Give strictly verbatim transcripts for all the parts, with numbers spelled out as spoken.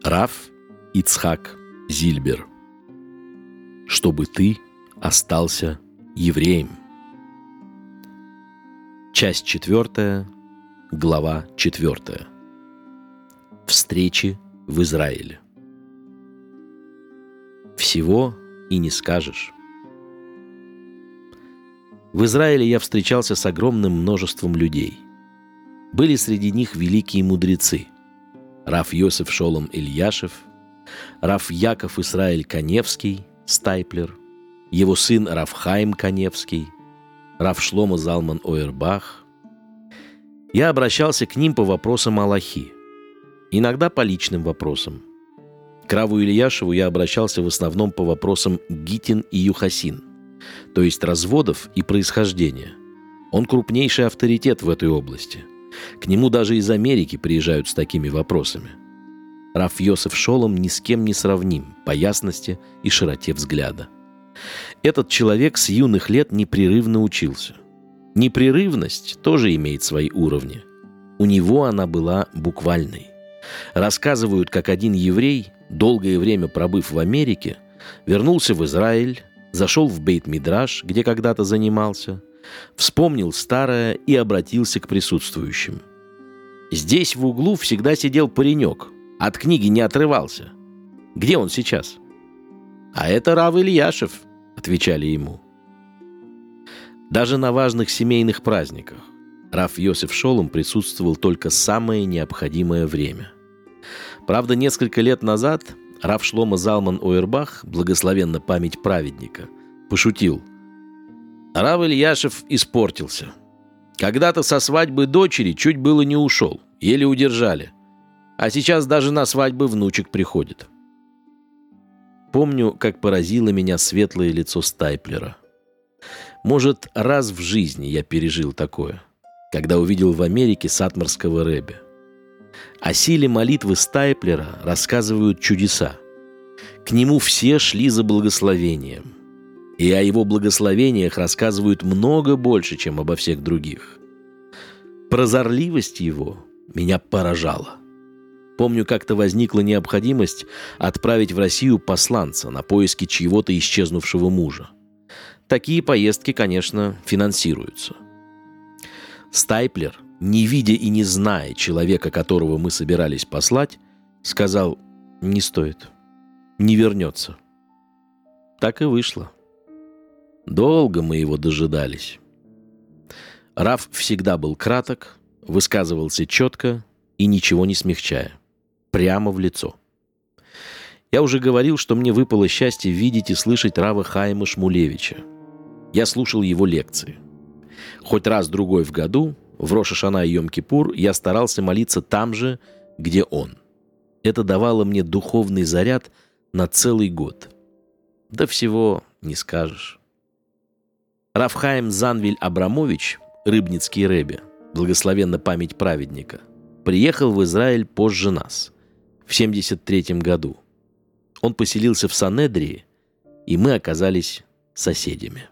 Рав Ицхак Зильбер. Чтобы ты остался евреем. Часть четвертая, глава четвертая. Встречи в Израиле. Всего и не скажешь. В Израиле я встречался с огромным множеством людей. Были среди них великие мудрецы: рав Йосеф Шолом Ильяшев, рав Яков Исраэль Каневский, Стайплер, его сын рав Хаим Каневский, рав Шломо Залман Ойербах. Я обращался к ним по вопросам алахи, иногда по личным вопросам. К раву Ильяшеву я обращался в основном по вопросам гитин и юхасин, то есть разводов и происхождения. Он крупнейший авторитет в этой области. К нему даже из Америки приезжают с такими вопросами. Рав Йосеф Шолом ни с кем не сравним по ясности и широте взгляда. Этот человек с юных лет непрерывно учился. Непрерывность тоже имеет свои уровни. У него она была буквальной. Рассказывают, как один еврей, долгое время пробыв в Америке, вернулся в Израиль, зашел в Бейт-Мидраш, где когда-то занимался, вспомнил старое и обратился к присутствующим. Здесь в углу всегда сидел паренек, от книги не отрывался. Где он сейчас? А это рав Ильяшев, отвечали ему. Даже на важных семейных праздниках рав Йосеф Шолом присутствовал только самое необходимое время. Правда, несколько лет назад рав Шломо Залман Ойербах, благословенна память праведника, пошутил: рав Ильяшев испортился. Когда-то со свадьбы дочери чуть было не ушел, еле удержали. А сейчас даже на свадьбы внучек приходит. Помню, как поразило меня светлое лицо Стайплера. Может, раз в жизни я пережил такое, когда увидел в Америке сатмарского ребе. О силе молитвы Стайплера рассказывают чудеса. К нему все шли за благословением. И о его благословениях рассказывают много больше, чем обо всех других. Прозорливость его меня поражала. Помню, как-то возникла необходимость отправить в Россию посланца на поиски чьего-то исчезнувшего мужа. Такие поездки, конечно, финансируются. Стайплер, не видя и не зная человека, которого мы собирались послать, сказал: «Не стоит, не вернется». Так и вышло. Долго мы его дожидались. Рав всегда был краток, высказывался четко и ничего не смягчая, прямо в лицо. Я уже говорил, что мне выпало счастье видеть и слышать рава Хаима Шмулевича. Я слушал его лекции. Хоть раз-другой в году, в Рош ха-Шана и Йом-Кипур, я старался молиться там же, где он. Это давало мне духовный заряд на целый год. Да всего не скажешь. Рав Хаим Занвиль Абрамович, рыбницкий ребе, благословенна память праведника, приехал в Израиль позже нас, в семьдесят третьем году. Он поселился в Санедрии, и мы оказались соседями.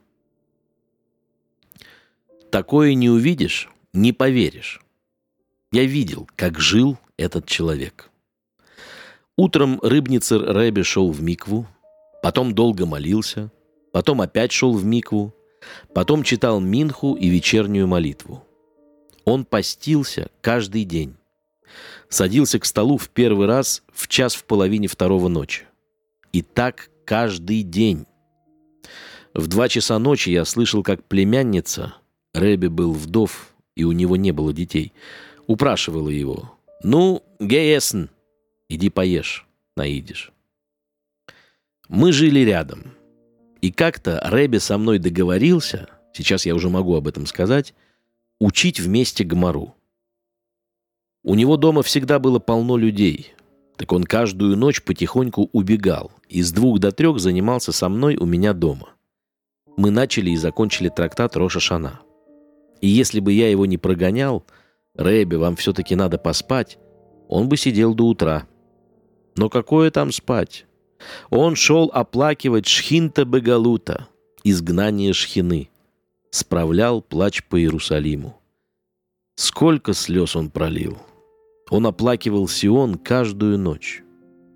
Такое не увидишь, не поверишь. Я видел, как жил этот человек. Утром рыбницер ребе шел в микву, потом долго молился, потом опять шел в микву, потом читал минху и вечернюю молитву. Он постился каждый день. Садился к столу в первый раз в час в половине второго ночи. И так каждый день. В два часа ночи я слышал, как племянница, ребе был вдов, и у него не было детей, упрашивала его: «Ну, геесн, иди поешь на идиш». Мы жили рядом. И как-то ребе со мной договорился, сейчас я уже могу об этом сказать, учить вместе гмару. У него дома всегда было полно людей, так он каждую ночь потихоньку убегал и с двух до трех занимался со мной у меня дома. Мы начали и закончили трактат Рош ха-Шана. И если бы я его не прогонял: «Ребе, вам все-таки надо поспать», он бы сидел до утра. Но какое там спать? Он шел оплакивать Шхинта Бегалута, изгнание Шхины, справлял плач по Иерусалиму. Сколько слез он пролил! Он оплакивал Сион каждую ночь.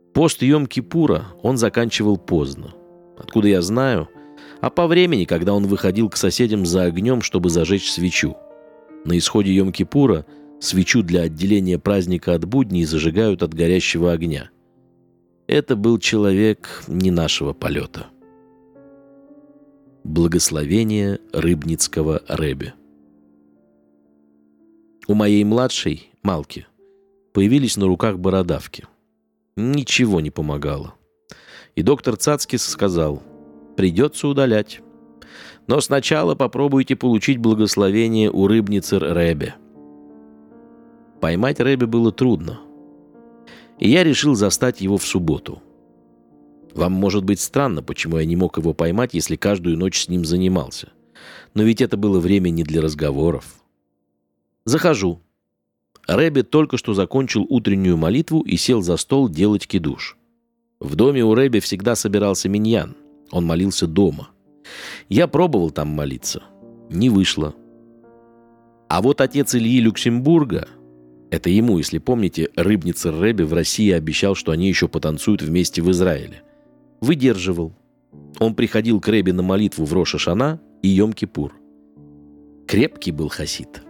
Пост Йом-Кипура он заканчивал поздно. Откуда я знаю? А по времени, когда он выходил к соседям за огнем, чтобы зажечь свечу. На исходе Йом-Кипура свечу для отделения праздника от будней зажигают от горящего огня. Это был человек не нашего полета. Благословение рыбницкого ребе. У моей младшей, Малки, появились на руках бородавки. Ничего не помогало. И доктор Цацкис сказал: придется удалять. Но сначала попробуйте получить благословение у рыбницы ребе. Поймать ребе было трудно. И я решил застать его в субботу. Вам может быть странно, почему я не мог его поймать, если каждую ночь с ним занимался. Но ведь это было время не для разговоров. Захожу. Ребе только что закончил утреннюю молитву и сел за стол делать кидуш. В доме у ребе всегда собирался миньян. Он молился дома. Я пробовал там молиться. Не вышло. А вот отец Ильи Люксембурга, это ему, если помните, рыбница ребе в России обещал, что они еще потанцуют вместе в Израиле. Выдерживал. Он приходил к ребе на молитву в Рош ха-Шана и Йом-Кипур. Крепкий был хасид.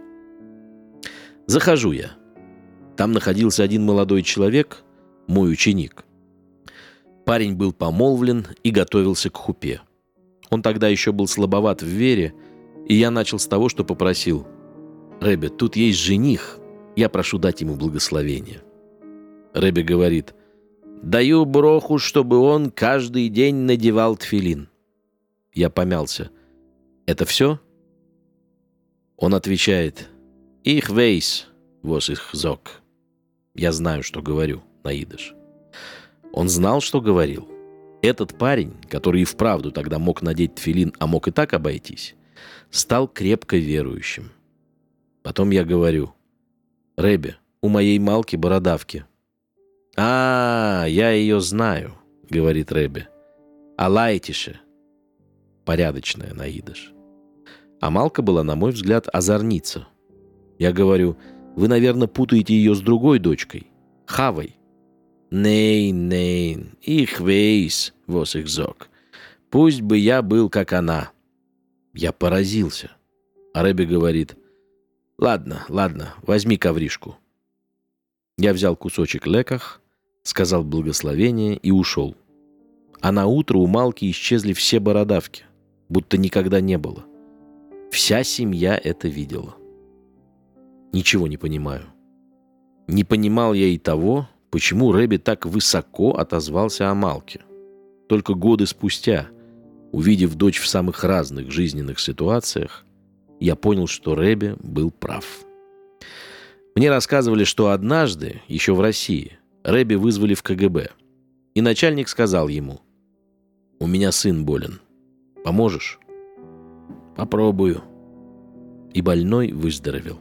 Захожу я. Там находился один молодой человек, мой ученик. Парень был помолвлен и готовился к хупе. Он тогда еще был слабоват в вере, и я начал с того, что попросил: «Ребе, тут есть жених, я прошу дать ему благословение». Ребе говорит: «Даю броху, чтобы он каждый день надевал тфилин». Я помялся: «Это все?» Он отвечает: «Ich weiß, was ich sag». Я знаю, что говорю на идиш. Он знал, что говорил. Этот парень, который и вправду тогда мог надеть тфилин, а мог и так обойтись, стал крепко верующим. Потом я говорю: «Ребе, у моей Малки бородавки». «А, я ее знаю», — говорит ребе. «Алайтише». Порядочная на идиш. А Малка была, на мой взгляд, озорница. Я говорю: «Вы, наверное, путаете ее с другой дочкой, Хавой». «Нейн, нейн, ich weiß, was ich sag». Пусть бы я был, как она. Я поразился. А ребе говорит: «Ладно, ладно, возьми ковришку». Я взял кусочек леках, сказал благословение и ушел. А на утро у Малки исчезли все бородавки, будто никогда не было. Вся семья это видела. Ничего не понимаю. Не понимал я и того, почему ребе так высоко отозвался о Малке. Только годы спустя, увидев дочь в самых разных жизненных ситуациях, я понял, что ребе был прав. Мне рассказывали, что однажды, еще в России, ребе вызвали в ка гэ бэ, и начальник сказал ему: «У меня сын болен. Поможешь?» «Попробую». И больной выздоровел.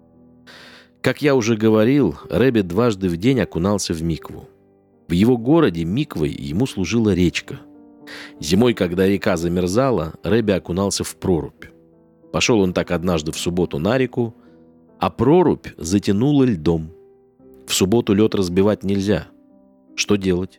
Как я уже говорил, ребе дважды в день окунался в микву. В его городе миквой ему служила речка. Зимой, когда река замерзала, ребе окунался в прорубь. Пошел он так однажды в субботу на реку, а прорубь затянула льдом. В субботу лед разбивать нельзя. Что делать?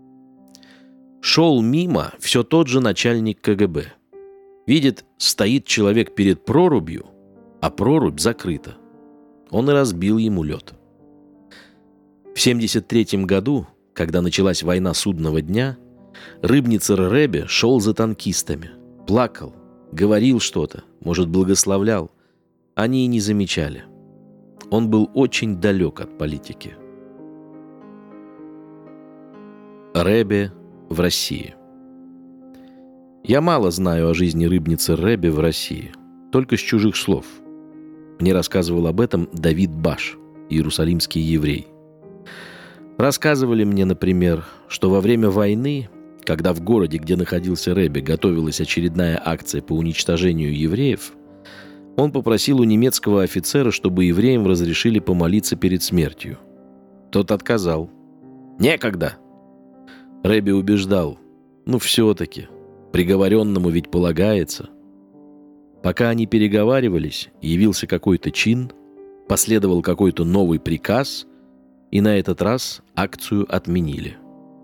Шел мимо все тот же начальник ка гэ бэ. Видит, стоит человек перед прорубью, а прорубь закрыта. Он и разбил ему лед. В семьдесят третьем году, когда началась война судного дня, рыбницер ребе шел за танкистами, плакал, говорил что-то, может, благословлял. Они и не замечали. Он был очень далек от политики. Ребе в России. Я мало знаю о жизни рыбницы ребе в России, только с чужих слов. Мне рассказывал об этом Давид Баш, иерусалимский еврей. Рассказывали мне, например, что во время войны, когда в городе, где находился ребе, готовилась очередная акция по уничтожению евреев, он попросил у немецкого офицера, чтобы евреям разрешили помолиться перед смертью. Тот отказал. «Некогда!» Ребе убеждал: «Ну все-таки, приговоренному ведь полагается». Пока они переговаривались, явился какой-то чин, последовал какой-то новый приказ, и на этот раз акцию отменили.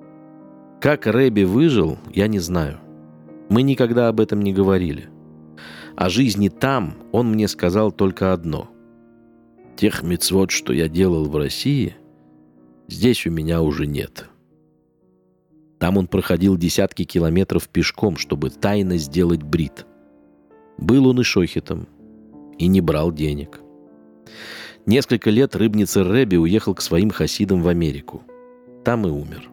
Как Рэби выжил, я не знаю. Мы никогда об этом не говорили. О жизни там он мне сказал только одно. Тех мицвот, что я делал в России, здесь у меня уже нет. Там он проходил десятки километров пешком, чтобы тайно сделать брит. Был он и шохитом, и не брал денег. Несколько лет рыбницер Рэби уехал к своим хасидам в Америку. Там и умер.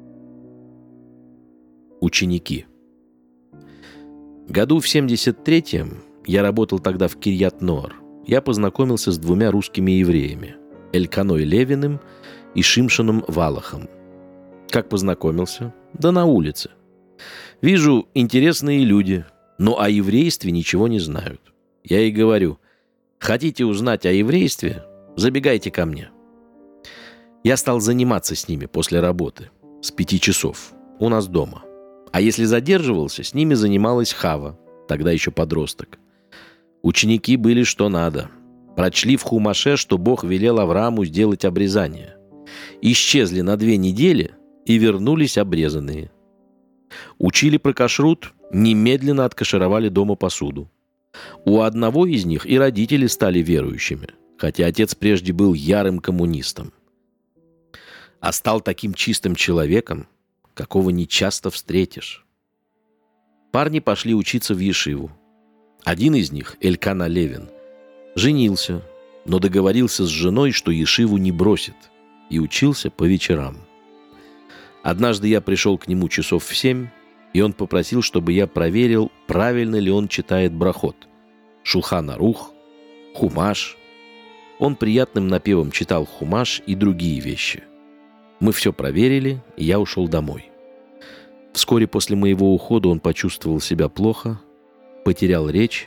Ученики. Году в семьдесят третьем, я работал тогда в Кирьят-Ноар, я познакомился с двумя русскими евреями – Эльканой Левиным и Шимшоном Валахом. Как познакомился? Да на улице. Вижу, интересные люди, но о еврействе ничего не знают. Я ей говорю, хотите узнать о еврействе? Забегайте ко мне. Я стал заниматься с ними после работы, с пяти часов, у нас дома. А если задерживался, с ними занималась Хава, тогда еще подросток. Ученики были что надо. Прочли в Хумаше, что Бог велел Аврааму сделать обрезание. Исчезли на две недели и вернулись обрезанные. Учили про кашрут, немедленно откашировали дома посуду. У одного из них и родители стали верующими, хотя отец прежде был ярым коммунистом. А стал таким чистым человеком, какого не часто встретишь. Парни пошли учиться в ешиву. Один из них, Элькана Левин, женился, но договорился с женой, что ешиву не бросит, и учился по вечерам. Однажды я пришел к нему часов в семь, и он попросил, чтобы я проверил, правильно ли он читает брахот. Шулхан Арух, Хумаш. Он приятным напевом читал Хумаш и другие вещи. Мы все проверили, и я ушел домой. Вскоре после моего ухода он почувствовал себя плохо, потерял речь.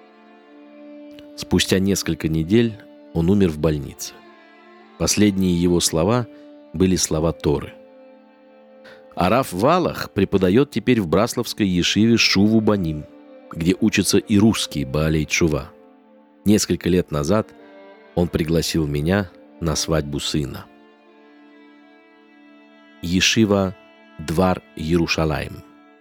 Спустя несколько недель он умер в больнице. Последние его слова были слова Торы. А Рав Валах преподает теперь в брасловской ешиве Шуву Баним, где учатся и русские Баалей Тшува. Несколько лет назад он пригласил меня на свадьбу сына. Ешива Двар Иерушалаим.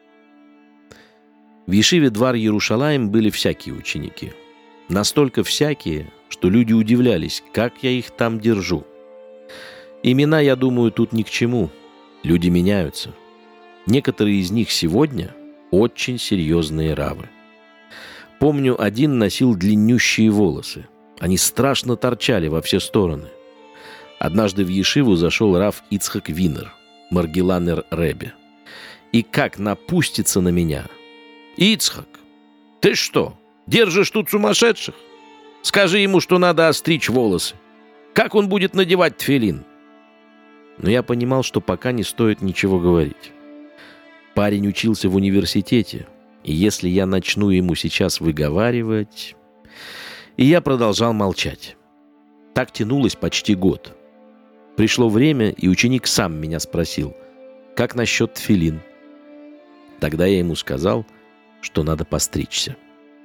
В ешиве Двар Иерушалаим были всякие ученики. Настолько всякие, что люди удивлялись, как я их там держу. Имена, я думаю, тут ни к чему. Люди меняются. Некоторые из них сегодня очень серьезные равы. Помню, один носил длиннющие волосы. Они страшно торчали во все стороны. Однажды в ешиву зашел рав Ицхак Винер, Маргеланер Ребе. И как напустится на меня. «Ицхак, ты что, держишь тут сумасшедших? Скажи ему, что надо остричь волосы. Как он будет надевать тфилин?» Но я понимал, что пока не стоит ничего говорить. Парень учился в университете, и если я начну ему сейчас выговаривать... И я продолжал молчать. Так тянулось почти год. Пришло время, и ученик сам меня спросил, как насчет тфилин? Тогда я ему сказал, что надо постричься.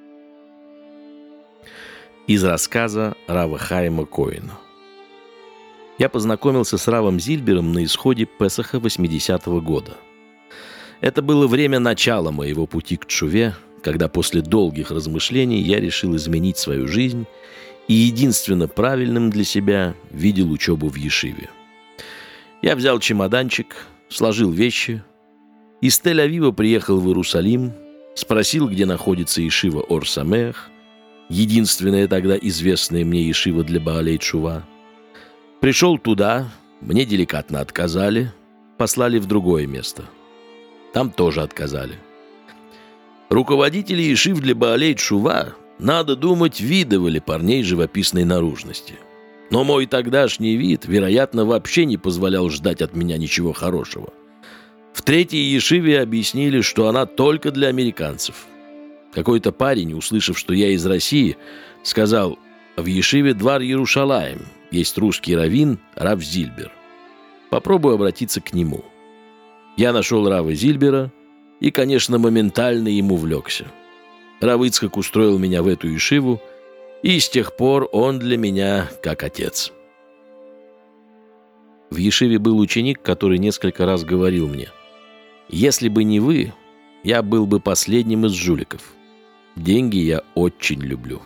Из рассказа Рава Хаима Коэна. Я познакомился с Равом Зильбером на исходе Песаха восьмидесятого года. Это было время начала моего пути к тшуве, когда после долгих размышлений я решил изменить свою жизнь и единственно правильным для себя видел учебу в ешиве. Я взял чемоданчик, сложил вещи, из Тель-Авива приехал в Иерусалим, спросил, где находится ешива Ор-Самеах, единственная тогда известная мне ешива для Баалей Тшува. Пришел туда, мне деликатно отказали, послали в другое место. Там тоже отказали. Руководители ешив для Баалей Тшува, надо думать, видывали парней живописной наружности. Но мой тогдашний вид, вероятно, вообще не позволял ждать от меня ничего хорошего. В третьей ешиве объяснили, что она только для американцев. Какой-то парень, услышав, что я из России, сказал: «В ешиве Двар Иерушалаим есть русский раввин Рав Зильбер. Попробую обратиться к нему». Я нашел Рава Зильбера и, конечно, моментально ему влекся. Рав Ицхак устроил меня в эту ешиву, и с тех пор он для меня как отец. В ешиве был ученик, который несколько раз говорил мне: Если бы не вы, я был бы последним из жуликов. Деньги я очень люблю.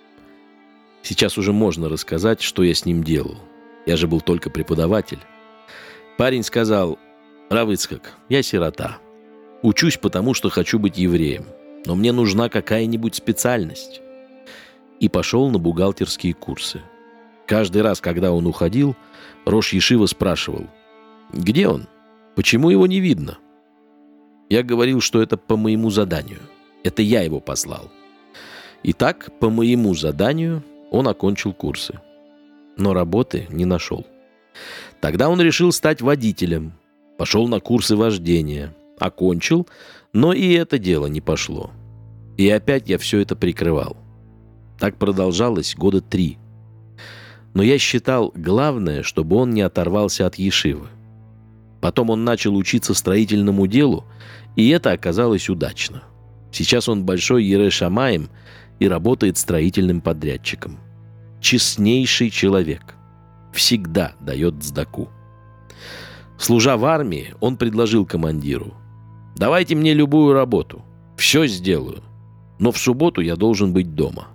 Сейчас уже можно рассказать, что я с ним делал. Я же был только преподаватель. Парень сказал: «Рав Ицхак, я сирота. Учусь потому, что хочу быть евреем. Но мне нужна какая-нибудь специальность». И пошел на бухгалтерские курсы. Каждый раз, когда он уходил, рош ешива спрашивал: «Где он? Почему его не видно?» Я говорил, что это по моему заданию. Это я его послал. И так, по моему заданию, он окончил курсы. Но работы не нашел. Тогда он решил стать водителем. Пошел на курсы вождения. Окончил, но и это дело не пошло. И опять я все это прикрывал. Так продолжалось года три. Но я считал, главное, чтобы он не оторвался от ешивы. Потом он начал учиться строительному делу, и это оказалось удачно. Сейчас он большой йирей шамаим и работает строительным подрядчиком. Честнейший человек. Всегда дает цдаку. Служа в армии, он предложил командиру: «Давайте мне любую работу. Все сделаю. Но в субботу я должен быть дома».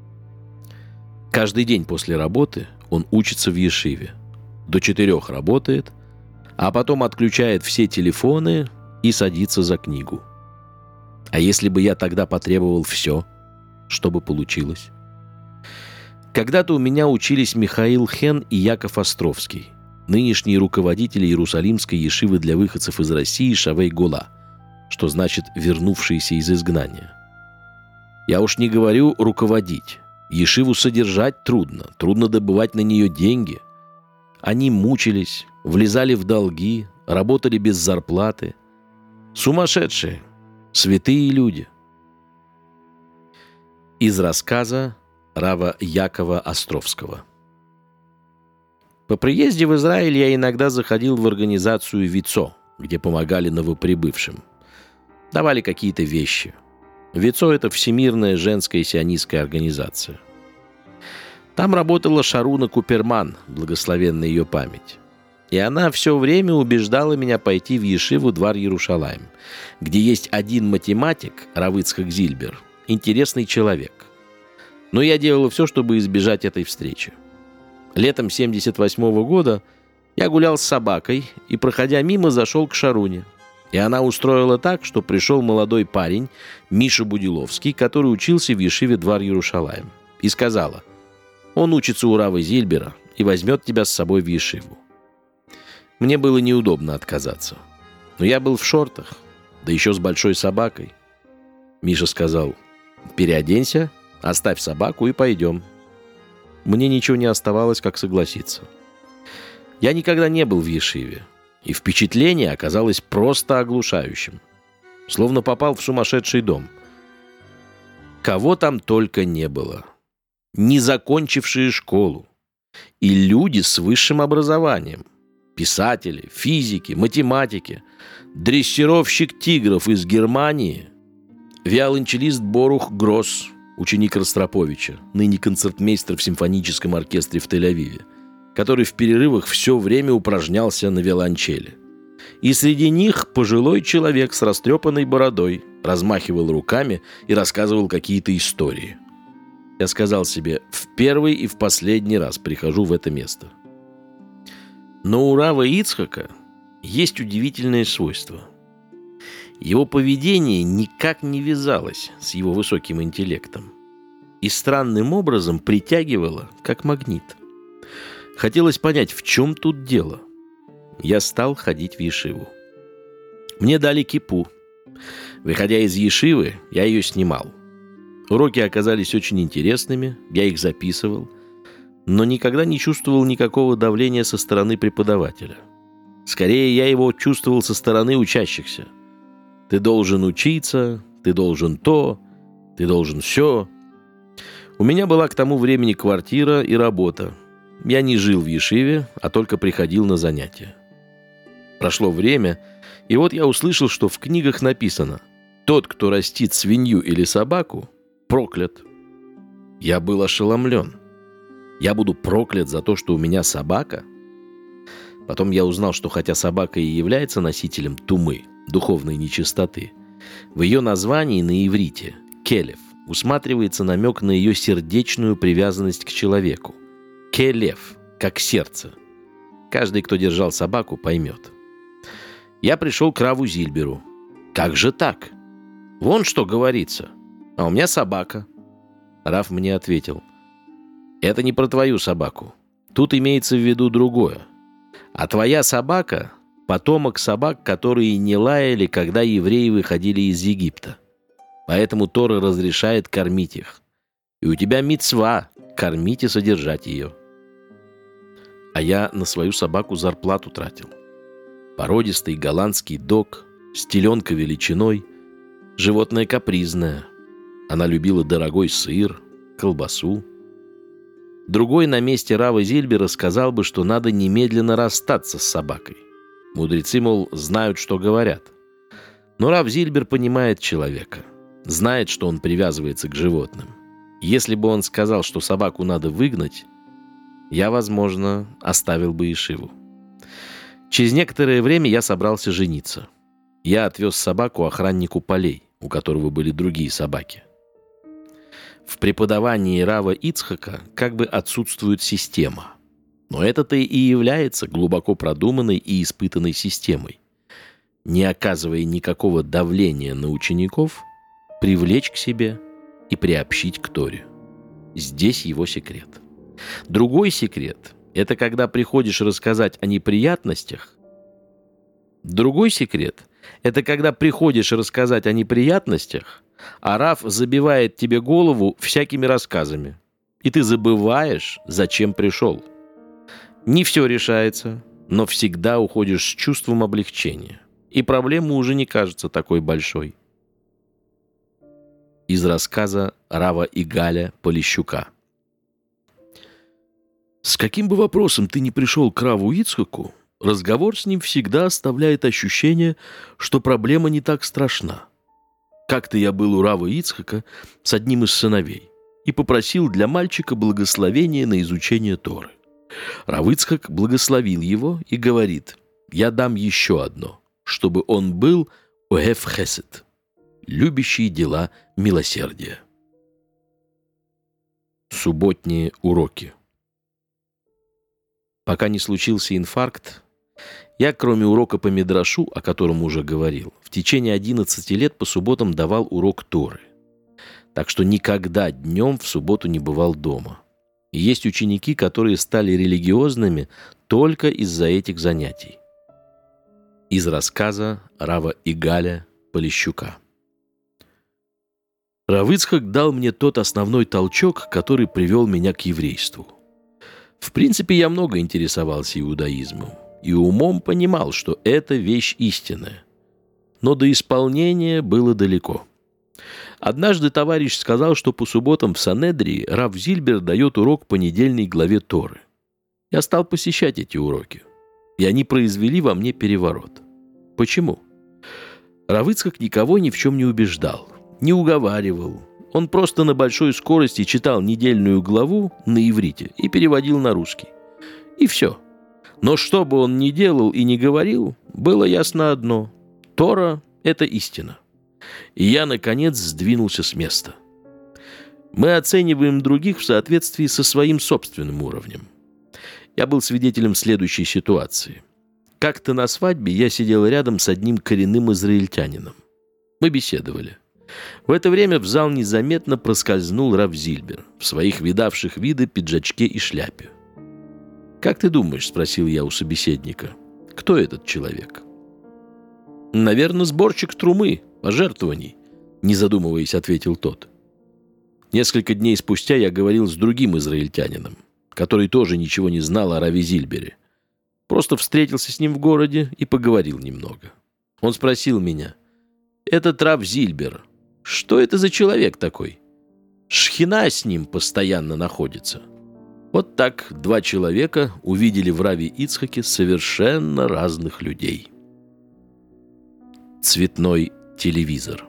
Каждый день после работы он учится в ешиве. До четырех работает, а потом отключает все телефоны и садится за книгу. А если бы я тогда потребовал все, что бы получилось? Когда-то у меня учились Михаил Хен и Яков Островский, нынешние руководители Иерусалимской ешивы для выходцев из России Шавей Гола, что значит «вернувшиеся из изгнания». Я уж не говорю руководить. Ешиву содержать трудно, трудно добывать на нее деньги. Они мучились, влезали в долги, работали без зарплаты. Сумасшедшие, святые люди. Из рассказа рава Якова Островского. По приезде в Израиль я иногда заходил в организацию ВИЦО, где помогали новоприбывшим. Давали какие-то вещи. ВИЦО – это Всемирная женская сионистская организация. Там работала Шаруна Куперман, благословенная ее память. И она все время убеждала меня пойти в ешиву Двар Ярушалаим, где есть один математик, рав Ицхак Зильбер, интересный человек. Но я делал все, чтобы избежать этой встречи. Летом семьдесят восьмого года я гулял с собакой и, проходя мимо, зашел к Шаруне. И она устроила так, что пришел молодой парень, Миша Будиловский, который учился в ешиве Двар Ярушалаим, и сказала: «Он учится у рава Зильбера и возьмет тебя с собой в ешиву». Мне было неудобно отказаться. Но я был в шортах, да еще с большой собакой. Миша сказал: «Переоденься, оставь собаку и пойдем». Мне ничего не оставалось, как согласиться. Я никогда не был в ешиве, и впечатление оказалось просто оглушающим. Словно попал в сумасшедший дом. Кого там только не было. Не закончившие школу. И люди с высшим образованием. Писатели, физики, математики, дрессировщик тигров из Германии, виолончелист Борух Гросс, ученик Ростроповича, ныне концертмейстер в симфоническом оркестре в Тель-Авиве, который в перерывах все время упражнялся на виолончели. И среди них пожилой человек с растрепанной бородой размахивал руками и рассказывал какие-то истории. Я сказал себе: в первый и в последний раз прихожу в это место. Но у рава Ицхака есть удивительное свойство. Его поведение никак не вязалось с его высоким интеллектом и странным образом притягивало, как магнит. Хотелось понять, в чем тут дело. Я стал ходить в ешиву. Мне дали кипу. Выходя из ешивы, я ее снимал. Уроки оказались очень интересными, я их записывал, но никогда не чувствовал никакого давления со стороны преподавателя. Скорее, я его чувствовал со стороны учащихся. Ты должен учиться, ты должен то, ты должен сё. У меня была к тому времени квартира и работа. Я не жил в ешиве, а только приходил на занятия. Прошло время, и вот я услышал, что в книгах написано: «Тот, кто растит свинью или собаку, проклят». Я был ошеломлен. Я буду проклят за то, что у меня собака? Потом я узнал, что хотя собака и является носителем тумы, духовной нечистоты, в ее названии на иврите «келев» усматривается намек на ее сердечную привязанность к человеку. «Келев» — как сердце. Каждый, кто держал собаку, поймет. Я пришел к Раву Зильберу. «Как же так? Вон что говорится. А у меня собака». Рав мне ответил: «Это не про твою собаку. Тут имеется в виду другое. А твоя собака — потомок собак, которые не лаяли, когда евреи выходили из Египта. Поэтому Тора разрешает кормить их. И у тебя мицва — кормить и содержать ее». А я на свою собаку зарплату тратил. Породистый голландский дог, с теленка величиной, животное капризное. Она любила дорогой сыр, колбасу. Другой на месте Рава Зильбера сказал бы, что надо немедленно расстаться с собакой. Мудрецы, мол, знают, что говорят. Но Рав Зильбер понимает человека, знает, что он привязывается к животным. Если бы он сказал, что собаку надо выгнать, я, возможно, оставил бы ешиву. Через некоторое время я собрался жениться. Я отвез собаку охраннику полей, у которого были другие собаки. В преподавании Рава Ицхака как бы отсутствует система. Но это-то и является глубоко продуманной и испытанной системой. Не оказывая никакого давления на учеников, привлечь к себе и приобщить к Торе. Здесь его секрет. Другой секрет — это когда приходишь рассказать о неприятностях. Другой секрет — это когда приходишь рассказать о неприятностях, а Рав забивает тебе голову всякими рассказами, и ты забываешь, зачем пришел. Не все решается, но всегда уходишь с чувством облегчения, и проблема уже не кажется такой большой. Из рассказа Рава Игаля Полищука. С каким бы вопросом ты ни пришел к Раву Ицхаку, разговор с ним всегда оставляет ощущение, что проблема не так страшна. Как-то я был у Рава Ицхака с одним из сыновей и попросил для мальчика благословения на изучение Торы. Рав Ицхак благословил его и говорит: «Я дам еще одно, чтобы он был оэф хесед, любящий дела милосердия». Субботние уроки. Пока не случился инфаркт, я, кроме урока по мидрашу, о котором уже говорил, в течение одиннадцати лет по субботам давал урок Торы. Так что никогда днем в субботу не бывал дома. И есть ученики, которые стали религиозными только из-за этих занятий. Из рассказа Рава Игаля Полищука. Рав Ицхак дал мне тот основной толчок, который привел меня к еврейству. В принципе, я много интересовался иудаизмом и умом понимал, что это вещь истинная. Но до исполнения было далеко. Однажды товарищ сказал, что по субботам в Санедрии Рав Зильбер дает урок по недельной главе Торы. Я стал посещать эти уроки, и они произвели во мне переворот. Почему? Рав Ицхак никого ни в чем не убеждал, не уговаривал. Он просто на большой скорости читал недельную главу на иврите и переводил на русский. И все. Но что бы он ни делал и ни говорил, было ясно одно: Тора — это истина. И я, наконец, сдвинулся с места. Мы оцениваем других в соответствии со своим собственным уровнем. Я был свидетелем следующей ситуации. Как-то на свадьбе я сидел рядом с одним коренным израильтянином. Мы беседовали. В это время в зал незаметно проскользнул Рав Зильбер в своих видавших виды пиджачке и шляпе. «Как ты думаешь?» — спросил я у собеседника. «Кто этот человек?» «Наверное, сборщик трумы, пожертвований», — не задумываясь, ответил тот. Несколько дней спустя я говорил с другим израильтянином, который тоже ничего не знал о Раве Зильбере. Просто встретился с ним в городе и поговорил немного. Он спросил меня: «Этот Рав Зильбер, что это за человек такой? Шхина с ним постоянно находится». Вот так два человека увидели в Раве Ицхаке совершенно разных людей. Цветной телевизор.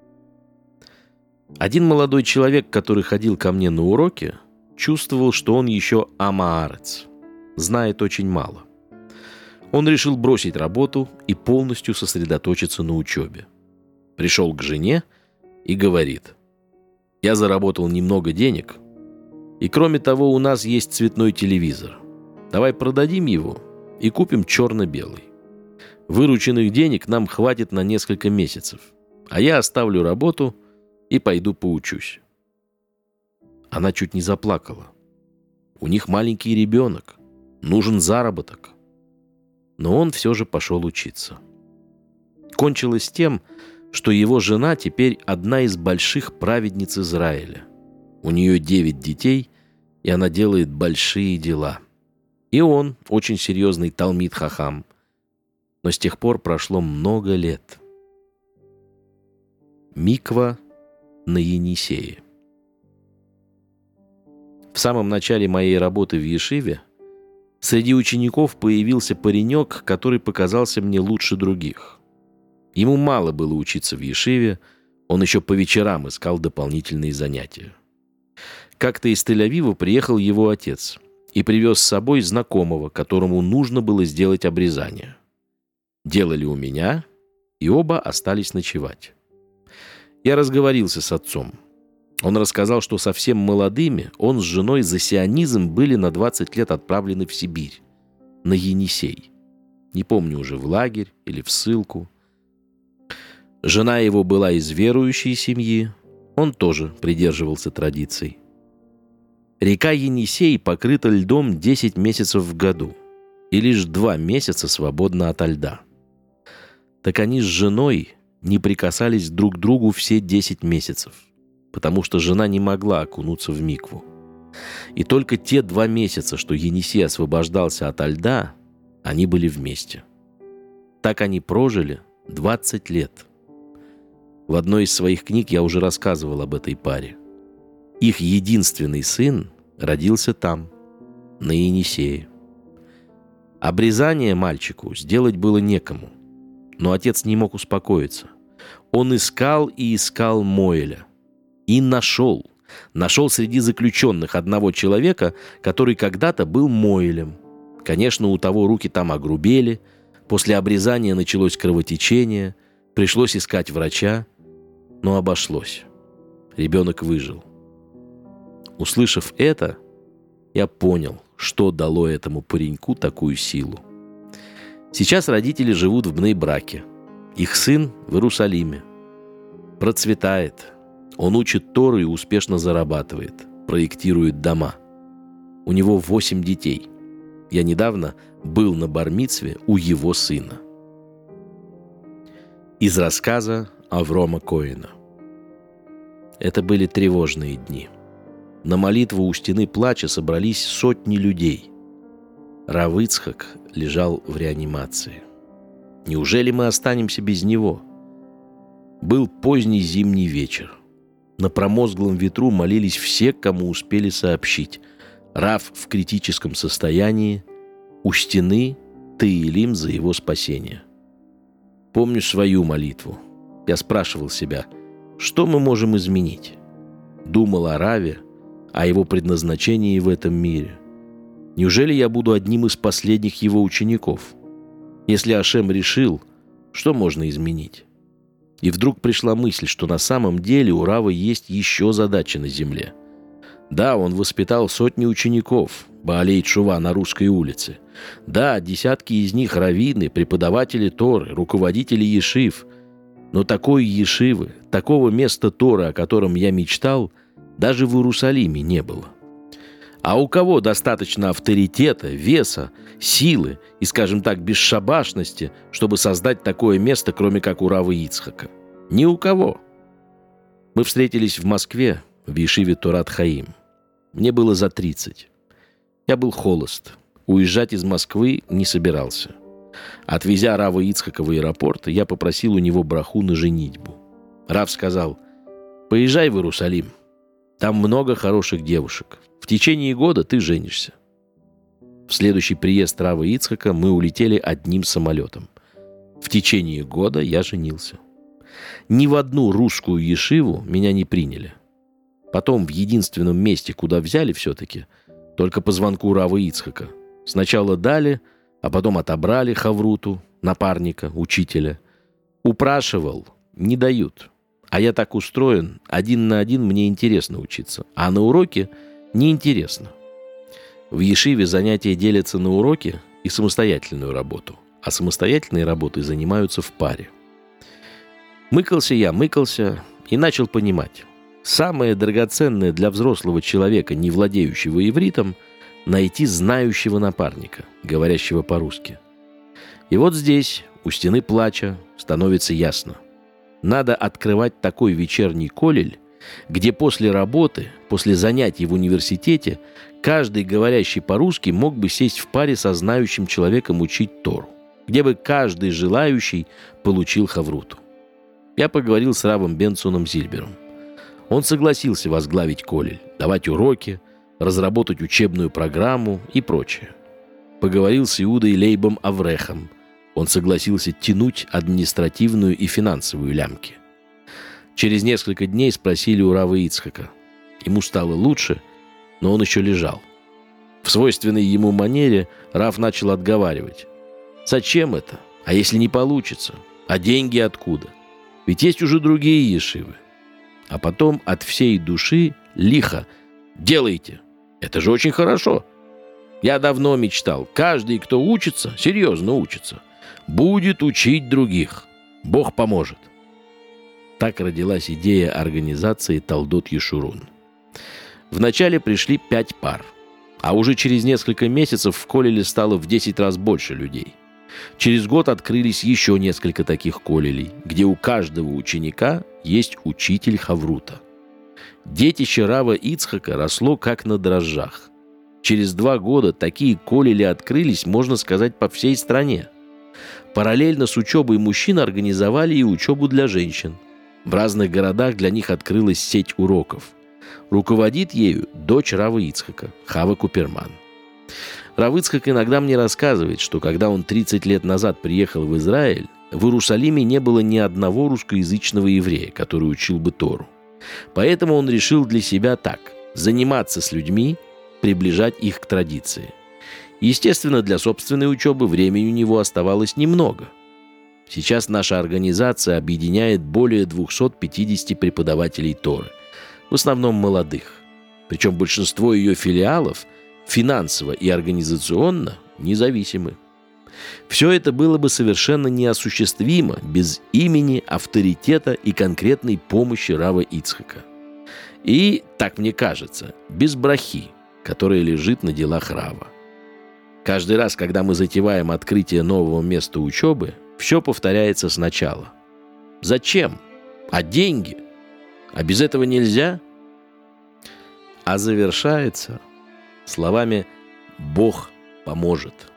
Один молодой человек, который ходил ко мне на уроки, чувствовал, что он еще амаарец, знает очень мало. Он решил бросить работу и полностью сосредоточиться на учебе. Пришел к жене и говорит: «Я заработал немного денег, и кроме того у нас есть цветной телевизор. Давай продадим его и купим черно-белый. Вырученных денег нам хватит на несколько месяцев, а я оставлю работу и пойду поучусь». Она чуть не заплакала. У них маленький ребенок, нужен заработок. Но он все же пошел учиться. Кончилось тем, что его жена теперь одна из больших праведниц Израиля. У нее девять детей, и она делает большие дела. И он очень серьезный талмид хахам. Но с тех пор прошло много лет. Миква на Енисее. В самом начале моей работы в Ешиве среди учеников появился паренек, который показался мне лучше других. Ему мало было учиться в Ешиве, он еще по вечерам искал дополнительные занятия. Как-то из Тель-Авива приехал его отец и привез с собой знакомого, которому нужно было сделать обрезание. Делали у меня, и оба остались ночевать. Я разговорился с отцом. Он рассказал, что совсем молодыми он с женой за сионизм были на двадцать лет отправлены в Сибирь, на Енисей. Не помню уже, в лагерь или в ссылку. Жена его была из верующей семьи, он тоже придерживался традиций. Река Енисей покрыта льдом десять месяцев в году, и лишь два месяца свободна ото льда. Так они с женой не прикасались друг к другу все десять месяцев, потому что жена не могла окунуться в микву. И только те два месяца, что Енисей освобождался ото льда, они были вместе. Так они прожили двадцать лет. В одной из своих книг я уже рассказывал об этой паре. Их единственный сын родился там, на Енисее. Обрезание мальчику сделать было некому, но отец не мог успокоиться. Он искал и искал Моэля. И нашел. Нашел среди заключенных одного человека, который когда-то был Моэлем. Конечно, у того руки там огрубели, после обрезания началось кровотечение, пришлось искать врача, но обошлось. Ребенок выжил. Услышав это, я понял, что дало этому пареньку такую силу. Сейчас родители живут в Бней-Браке. Их сын в Иерусалиме. Процветает. Он учит Тору и успешно зарабатывает. Проектирует дома. У него восемь детей. Я недавно был на бар-мицве у его сына. Из рассказа Аврома Коэна. Это были тревожные дни. На молитву у стены плача собрались сотни людей. Рав Ицхак лежал в реанимации. Неужели мы останемся без него? Был поздний зимний вечер. На промозглом ветру молились все, кому успели сообщить. Рав в критическом состоянии, у стены Таилим за его спасение. Помню свою молитву. Я спрашивал себя, что мы можем изменить? Думал о Раве, о его предназначении в этом мире. Неужели я буду одним из последних его учеников? Если Ашем решил, что можно изменить? И вдруг пришла мысль, что на самом деле у Рава есть еще задача на земле. Да, он воспитал сотни учеников, Баалей Тшува на Русской улице. Да, десятки из них раввины, преподаватели Торы, руководители ешив. Но такой ешивы, такого места Торы, о котором я мечтал, даже в Иерусалиме не было. А у кого достаточно авторитета, веса, силы и, скажем так, бесшабашности, чтобы создать такое место, кроме как у Рава Ицхака? Ни у кого. Мы встретились в Москве, в ешиве Торат Хаим. Мне было за тридцать. Я был холост. Уезжать из Москвы не собирался. Отвезя Рава Ицхака в аэропорт, я попросил у него браху на женитьбу. Рав сказал: «Поезжай в Иерусалим. Там много хороших девушек. В течение года ты женишься». В следующий приезд Рава Ицхака мы улетели одним самолетом. В течение года я женился. Ни в одну русскую ешиву меня не приняли. Потом в единственном месте, куда взяли все-таки, только по звонку Рава Ицхака. Сначала дали, А потом отобрали Хавруту, напарника, учителя. Упрашивал, не дают. А я так устроен, один на один мне интересно учиться, а на уроке неинтересно. В Ешиве занятия делятся на уроки и самостоятельную работу, а самостоятельной работой занимаются в паре. Мыкался я, мыкался и начал понимать. Самое драгоценное для взрослого человека, не владеющего ивритом, найти знающего напарника, говорящего по-русски. И вот здесь, у стены плача, становится ясно. Надо открывать такой вечерний колледж, где после работы, после занятий в университете, каждый, говорящий по-русски, мог бы сесть в паре со знающим человеком учить Тору, где бы каждый желающий получил хавруту. Я поговорил с Равом Бенсоном Зильбером. Он согласился возглавить колледж, давать уроки, разработать учебную программу и прочее. Поговорил с Иудой Лейбом Аврехом. Он согласился тянуть административную и финансовую лямки. Через несколько дней спросили у Рава Ицхака. Ему стало лучше, но он еще лежал. В свойственной ему манере Рав начал отговаривать. «Зачем это? А если не получится? А деньги откуда? Ведь есть уже другие ешивы». А потом от всей души лихо: «Делайте! Это же очень хорошо! Я давно мечтал, каждый, кто учится, серьезно учится, будет учить других. Бог поможет». Так родилась идея организации Толдот Ешурун. Вначале пришли пять пар, а уже через несколько месяцев в коллеле стало в десять раз больше людей. Через год открылись еще несколько таких коллелей, где у каждого ученика есть учитель хаврута. Детище Рава Ицхака росло как на дрожжах. Через два года такие коллели открылись, можно сказать, по всей стране. Параллельно с учебой мужчин организовали и учебу для женщин. В разных городах для них открылась сеть уроков. Руководит ею дочь Рава Ицхака, Хава Куперман. Рав Ицхак иногда мне рассказывает, что когда он тридцать лет назад приехал в Израиль, в Иерусалиме не было ни одного русскоязычного еврея, который учил бы Тору. Поэтому он решил для себя так: заниматься с людьми, приближать их к традиции. Естественно, для собственной учебы времени у него оставалось немного. Сейчас наша организация объединяет более двухсот пятидесяти преподавателей Торы, в основном молодых. Причем большинство ее филиалов финансово и организационно независимы. Все это было бы совершенно неосуществимо без имени, авторитета и конкретной помощи Рава Ицхака. И, так мне кажется, без брахи, которая лежит на делах Рава. Каждый раз, когда мы затеваем открытие нового места учебы, все повторяется сначала. Зачем? А деньги? А без этого нельзя? А завершается словами «Бог поможет».